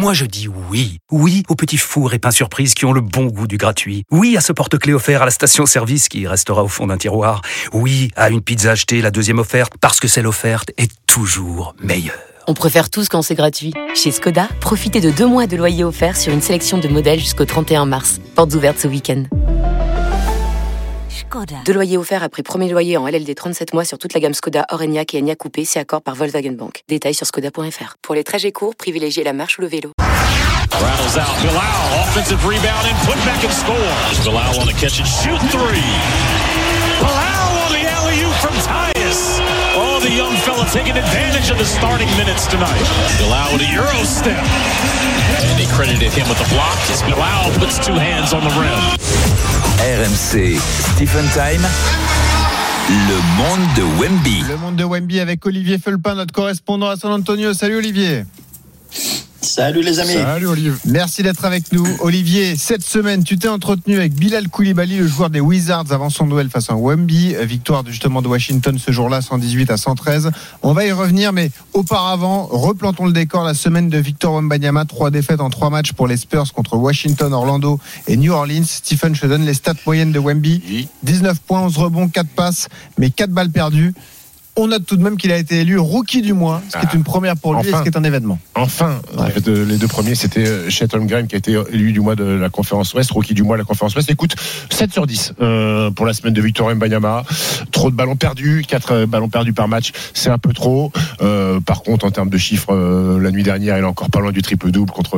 Moi je dis oui. Oui aux petits fours et pains surprises qui ont le bon goût du gratuit. Oui à ce porte-clés offert à la station-service qui restera au fond d'un tiroir. Oui à une pizza achetée, la deuxième offerte, parce que celle offerte est toujours meilleure. On préfère tous quand c'est gratuit. Chez Skoda, profitez de 2 mois de loyer offert sur une sélection de modèles jusqu'au 31 mars. Portes ouvertes ce week-end. 2 loyers offerts après premier loyer en LLD 37 mois sur toute la gamme Skoda, Orenia et Enyaq Coupé, c'est accord par Volkswagen Bank. Détails sur skoda.fr. Pour les trajets courts, privilégiez la marche ou le vélo. Rattles out. Bilal, offensive rebound and put back and scores. Bilal on the catch and shoot three. Bilal on the alley-oop from Tyus. Oh, the young fella taking advantage of the starting minutes tonight. Bilal with a Euro step. And he credited him with the block as Bilal puts 2 hands on the rim. RMC, Stephen Time, le monde de Wemby. Le monde de Wemby avec Olivier Felpin, notre correspondant à San Antonio. Salut Olivier. Salut les amis. Salut Olivier. Merci d'être avec nous. Olivier, cette semaine, tu t'es entretenu avec Bilal Coulibaly, le joueur des Wizards avant son duel face à Wemby. Victoire justement de Washington ce jour-là, 118-113. On va y revenir, mais auparavant, replantons le décor. La semaine de Victor Wembanyama, 3 défaites en 3 matchs pour les Spurs contre Washington, Orlando et New Orleans. Stephen, je te donne les stats moyennes de Wemby. 19 points, 11 rebonds, 4 passes, mais 4 balles perdues. On note tout de même qu'il a été élu rookie du mois, ce qui est une première pour lui et ce qui est un événement. Enfin, en fait, les 2 premiers, c'était Chet Holmgren qui a été élu du mois de la conférence Ouest, rookie du mois de la conférence Ouest. Écoute, 7 sur 10 pour la semaine de Victor Wembanyama. Trop de ballons perdus, 4 ballons perdus par match, c'est un peu trop. Par contre, en termes de chiffres, la nuit dernière, il est encore pas loin du triple-double contre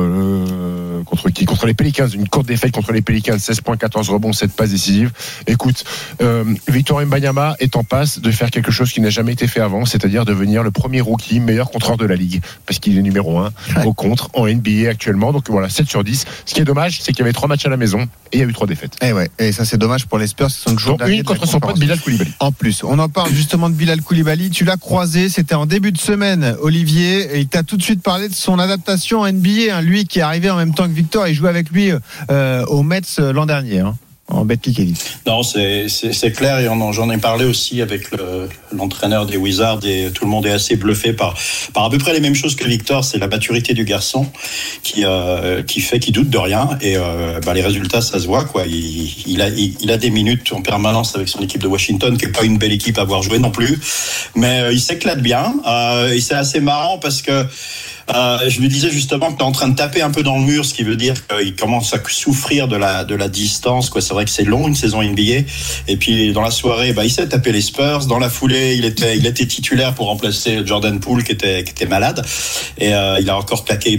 les Pelicans. Une courte défaite contre les Pelicans, 16 points, 14 rebonds, 7 passes décisives. Écoute, Victor Wembanyama est en passe de faire quelque chose qui n'a jamais été fait avant, c'est-à-dire devenir le premier rookie meilleur contreur de la ligue, parce qu'il est numéro 1 au contre en NBA actuellement. Donc voilà, 7 sur 10. Ce qui est dommage, c'est qu'il y avait 3 matchs à la maison et il y a eu 3 défaites. Et ça c'est dommage pour les Spurs qui sont toujours une contre son pote Bilal Coulibaly. En plus, on en parle justement de Bilal Coulibaly. Tu l'as croisé, c'était en début de semaine, Olivier, et il t'a tout de suite parlé de son adaptation en NBA. Lui qui est arrivé en même temps que Victor, il jouait avec lui au Mets l'an dernier. En Betclic Elite. Non, c'est clair, et j'en ai parlé aussi avec l'entraîneur des Wizards, et tout le monde est assez bluffé par à peu près les mêmes choses que Victor. C'est la maturité du garçon qui fait qu'il doute de rien, et les résultats, ça se voit quoi. Il a des minutes en permanence avec son équipe de Washington, qui est pas une belle équipe à avoir joué non plus, mais il s'éclate bien, et c'est assez marrant parce que je lui disais justement que tu es en train de taper un peu dans le mur, ce qui veut dire qu'il commence à souffrir de la distance, quoi. C'est vrai que c'est long, une saison NBA. Et puis dans la soirée, il s'est tapé les Spurs. Dans la foulée, il était titulaire pour remplacer Jordan Poole qui était malade. Et il a encore claqué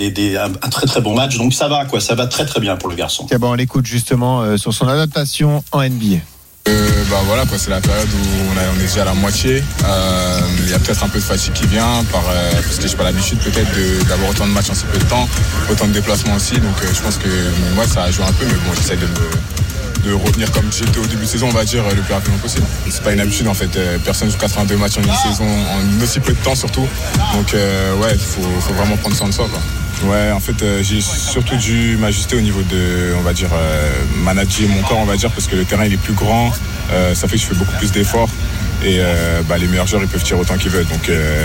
un très très bon match. Donc ça va quoi, ça va très très bien pour le garçon. Tiens, on l'écoute justement sur son adaptation en NBA. Voilà quoi, c'est la période où on est déjà à la moitié. Il y a peut-être un peu de fatigue qui vient parce que j'ai pas l'habitude peut-être d'avoir autant de matchs en si peu de temps, autant de déplacements aussi. Donc je pense que moi ça a joué un peu, mais bon, j'essaie de revenir comme j'étais au début de saison, on va dire, le plus rapidement possible. C'est pas une habitude en fait, personne joue 82 matchs en une saison en aussi peu de temps surtout. Donc il faut vraiment prendre soin de soi quoi. Ouais, en fait, j'ai surtout dû m'ajuster au niveau de, on va dire, manager mon corps, on va dire, parce que le terrain il est plus grand, ça fait que je fais beaucoup plus d'efforts. Et les meilleurs joueurs ils peuvent tirer autant qu'ils veulent, donc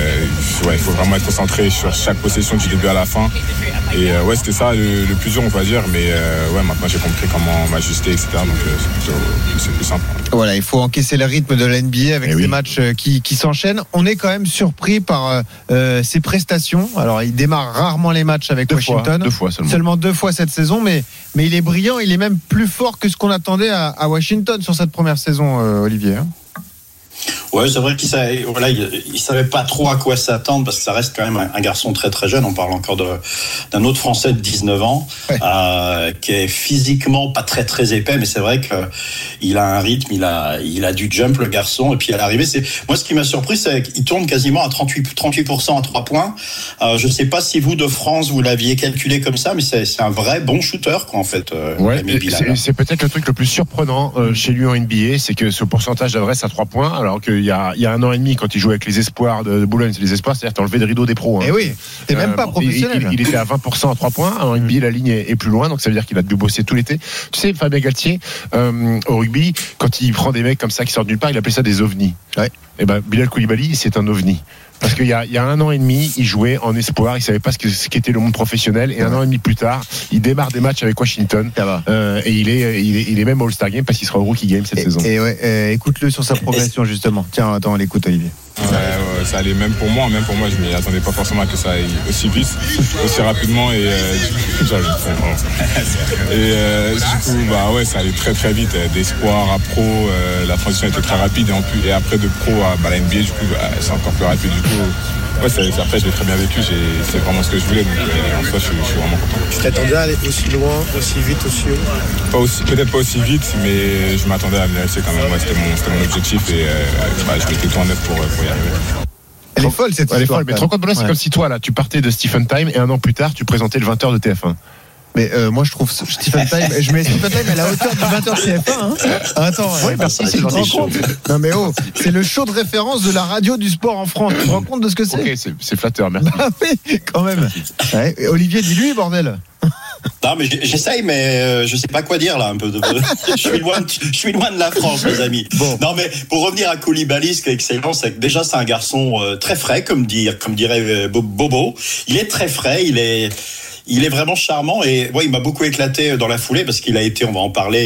il faut vraiment être concentré sur chaque possession du début à la fin. Et c'était ça le plus dur on va dire, mais maintenant j'ai compris comment m'ajuster, etc. Donc c'est plus simple. Voilà, il faut encaisser le rythme de la NBA avec ces matchs qui s'enchaînent. On est quand même surpris par ses prestations. Alors il démarre rarement les matchs avec Washington, 2 fois seulement 2 fois cette saison, mais il est brillant, il est même plus fort que ce qu'on attendait à Washington sur cette première saison, Olivier. Ouais, c'est vrai qu'il savait pas trop à quoi s'attendre, parce que ça reste quand même un garçon très très jeune. On parle encore d'un autre Français de 19 ans, qui est physiquement pas très très épais, mais c'est vrai qu'il a un rythme, il a du jump le garçon, et puis à l'arrivée, moi ce qui m'a surpris, c'est qu'il tourne quasiment à 38% à 3 points. Je sais pas si vous de France vous l'aviez calculé comme ça, mais c'est un vrai bon shooter quoi en fait. C'est peut-être le truc le plus surprenant chez lui en NBA, c'est que ce pourcentage d'adresse à 3 points, alors qu'il y a 1 an et demi, quand il jouait avec les Espoirs de Boulogne, c'est les Espoirs, c'est-à-dire t'as enlevé le rideau des pros. Et oui, t'es même pas professionnel. Il était à 20% à 3 points. En NBA, la ligne est plus loin, donc ça veut dire qu'il a dû bosser tout l'été. Tu sais, Fabien Galtier, au rugby, quand il prend des mecs comme ça qui sortent nulle part, il appelait ça des ovnis. Bilal Koulibaly, c'est un ovni. Parce qu'il y a 1 an et demi, il jouait en espoir, il savait pas ce qu'était le monde professionnel, et 1 an et demi plus tard, il démarre des matchs avec Washington, et il est même All-Star Game parce qu'il sera au Rookie Game cette saison. Et écoute-le sur sa progression justement. Tiens, attends, on l'écoute, Olivier. Ouais, ça allait même pour moi, je m'y attendais pas forcément à que ça aille aussi vite, aussi rapidement, et du coup, ça allait très très vite, d'espoir à pro, la transition était très rapide, et après de pro à la NBA, du coup, c'est encore plus rapide, du coup. Ouais, après je l'ai très bien vécu, c'est vraiment ce que je voulais, donc en soi je suis vraiment content. Tu t'attendais à aller aussi loin, aussi vite, aussi haut? Peut-être pas aussi vite, mais je m'attendais à venir ici quand même. Ouais, c'était mon objectif, et je mettais tout en œuvre pour y arriver. Elle est folle cette histoire. Mais tu te rends compte, c'est comme si toi là, tu partais de Stephen Time et 1 an plus tard tu présentais le 20h de TF1. Mais moi je trouve Stephen Time, je mets Stephen Time à la hauteur du 20h TF1. Hein. Attends, merci, c'est le show. Non mais c'est le show de référence de la radio du sport en France. Tu te rends compte de ce que c'est? Ok, c'est flatteur, merci. Ah oui, quand même. Ouais, Olivier, dis-lui, bordel. Non mais j'essaye, mais je sais pas quoi dire là un peu. Je suis loin de la France, mes amis. Bon. Non mais pour revenir à Koulibaly, ce qui est excellent, c'est que déjà c'est un garçon très frais, comme dirait Bobo. Il est très frais, il est vraiment charmant, et il m'a beaucoup éclaté dans la foulée parce qu'il a été, on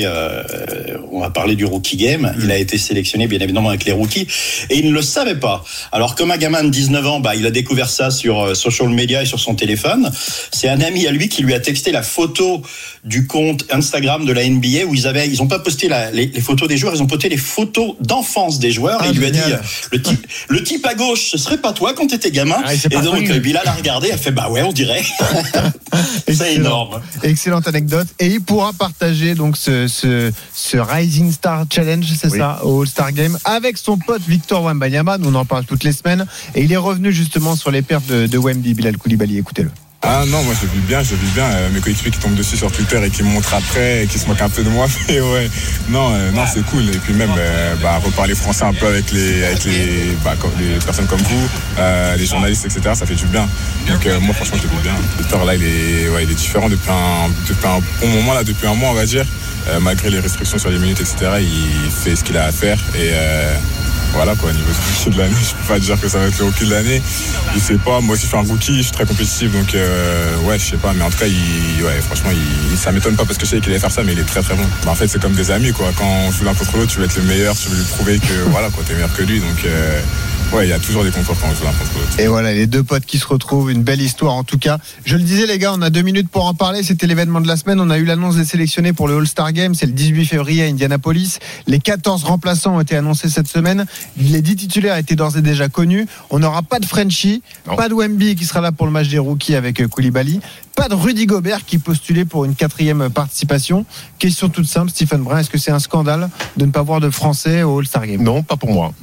va parler du Rookie Game. Il a été sélectionné bien évidemment avec les rookies et il ne le savait pas. Alors comme un gamin de 19 ans, il a découvert ça sur social media et sur son téléphone. C'est un ami à lui qui lui a texté la photo du compte Instagram de la NBA où ils ont pas posté les photos des joueurs, ils ont posté les photos d'enfance des joueurs, et il lui a dit le type à gauche, ce serait pas toi quand t'étais gamin? Et donc Bilal a regardé, a fait ouais, on dirait. C'est énorme. Excellente anecdote. Et il pourra partager donc ce Rising Star Challenge, c'est ça, au All-Star Game, avec son pote Victor Wembanyama. Nous on en parle toutes les semaines. Et il est revenu justement sur les perfs de Wemby, Bilal Koulibaly. Écoutez-le. Ah non, moi je vis bien, mes coéquipiers qui tombent dessus sur Twitter et qui me montrent après et qui se moquent un peu de moi, mais non c'est cool, et puis même reparler français un peu avec les personnes comme vous, les journalistes, etc., ça fait du bien. Donc moi franchement je vis bien. Victor là il est différent depuis un bon moment là, depuis un mois on va dire, malgré les restrictions sur les minutes, etc., il fait ce qu'il a à faire, et voilà quoi, niveau rookie de l'année, je peux pas dire que ça va être le rookie de l'année. Je sais pas, moi aussi je suis un rookie, je suis très compétitif, donc je sais pas, mais en tout cas franchement ça m'étonne pas parce que je sais qu'il allait faire ça, mais il est très très bon. En fait c'est comme des amis quoi, quand on joue l'un contre l'autre, tu veux être le meilleur, tu veux lui prouver que voilà quoi, t'es meilleur que lui, donc il y a toujours des concours quand on joue l'un contre l'autre. Et voilà, les deux potes qui se retrouvent, une belle histoire en tout cas. Je le disais les gars, on a 2 minutes pour en parler, c'était l'événement de la semaine, on a eu l'annonce des sélectionnés pour le All-Star Game, c'est le 18 février à Indianapolis. Les 14 remplaçants ont été annoncés cette semaine, les 10 titulaires étaient d'ores et déjà connus. On n'aura pas de Frenchie, pas de Wemby qui sera là pour le match des rookies avec Koulibaly, pas de Rudy Gobert qui postulait pour une 4e participation. Question toute simple, Stephen Brun, est-ce que c'est un scandale de ne pas voir de Français au All-Star Game? Non, pas pour moi.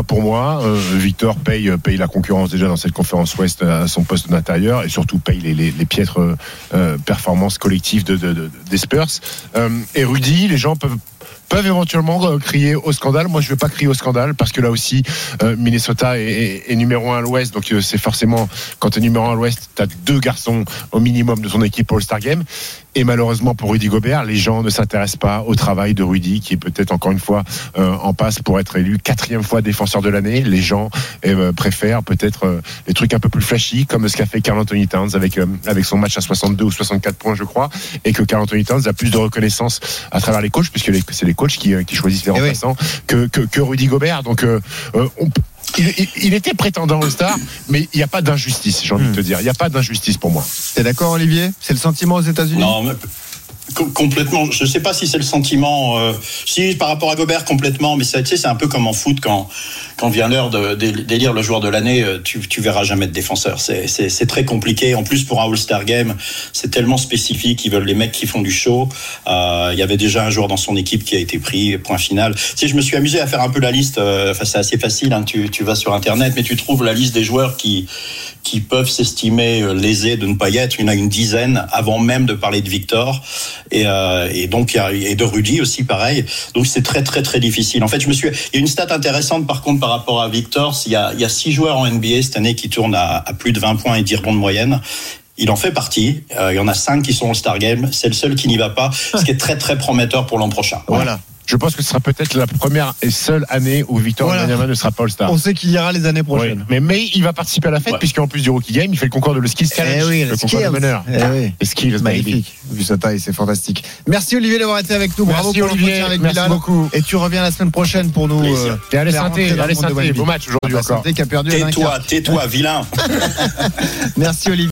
Victor paye la concurrence déjà dans cette conférence Ouest à son poste d'intérieur, et surtout paye les piètres performances collectives des Spurs. Et Rudy, les gens peuvent éventuellement crier au scandale. Moi je ne vais pas crier au scandale parce que là aussi Minnesota est numéro 1 à l'Ouest, donc c'est forcément, quand tu es numéro 1 à l'Ouest, tu as 2 garçons au minimum de ton équipe pour All-Star Game. Et malheureusement pour Rudy Gobert, les gens ne s'intéressent pas au travail de Rudy, qui est peut-être encore une fois en passe pour être élu 4e fois défenseur de l'année. Les gens préfèrent peut-être les trucs un peu plus flashy, comme ce qu'a fait Karl Anthony Towns avec son match à 62 ou 64 points je crois, et que Karl Anthony Towns a plus de reconnaissance à travers les coachs, puisque c'est les coachs qui choisissent les remplaçants, que Rudy Gobert. Donc il était prétendant au Star, mais il n'y a pas d'injustice, j'ai envie de te dire. Il n'y a pas d'injustice pour moi. T'es d'accord, Olivier? C'est le sentiment aux États-Unis? Non, mais complètement. Je ne sais pas si c'est le sentiment. Si par rapport à Gobert, complètement. Mais c'est un peu comme en foot quand vient l'heure d'élire le joueur de l'année, tu verras jamais de défenseur. C'est très compliqué. En plus pour un All-Star Game, c'est tellement spécifique. Ils veulent les mecs qui font du show. Il y avait déjà un joueur dans son équipe qui a été pris. Point final. Je me suis amusé à faire un peu la liste. C'est assez facile. Hein, tu vas sur Internet, mais tu trouves la liste des joueurs qui peuvent s'estimer lésés de ne pas y être. Il y en a une dizaine avant même de parler de Victor. Et donc et de Rudy aussi pareil. Donc c'est très très très difficile. En fait, il y a une stat intéressante par contre par rapport à Victor. Il y a 6 joueurs en NBA cette année qui tournent à plus de 20 points et 10 rebonds de moyenne. Il en fait partie. Il y en a 5 qui sont au Star Game. C'est le seul qui n'y va pas, ce qui est très très prometteur pour l'an prochain. Voilà. Je pense que ce sera peut-être la première et seule année où Victor Wembanyama ne sera pas All-Star. On sait qu'il ira les années prochaines. Oui. Mais il va participer à la fête puisqu'en plus du Rookie Game, il fait le concours de le Skills Challenge, le concours de meneur. Les skills, magnifique. Vu sa taille, c'est fantastique. Merci Olivier d'avoir été avec nous. Bravo pour Olivier, avec merci Bilal. Beaucoup. Et tu reviens la semaine prochaine pour nous. Et allez Sainté, beau match aujourd'hui encore. Sainté qui a perdu. Tais-toi, vilain. Merci Olivier.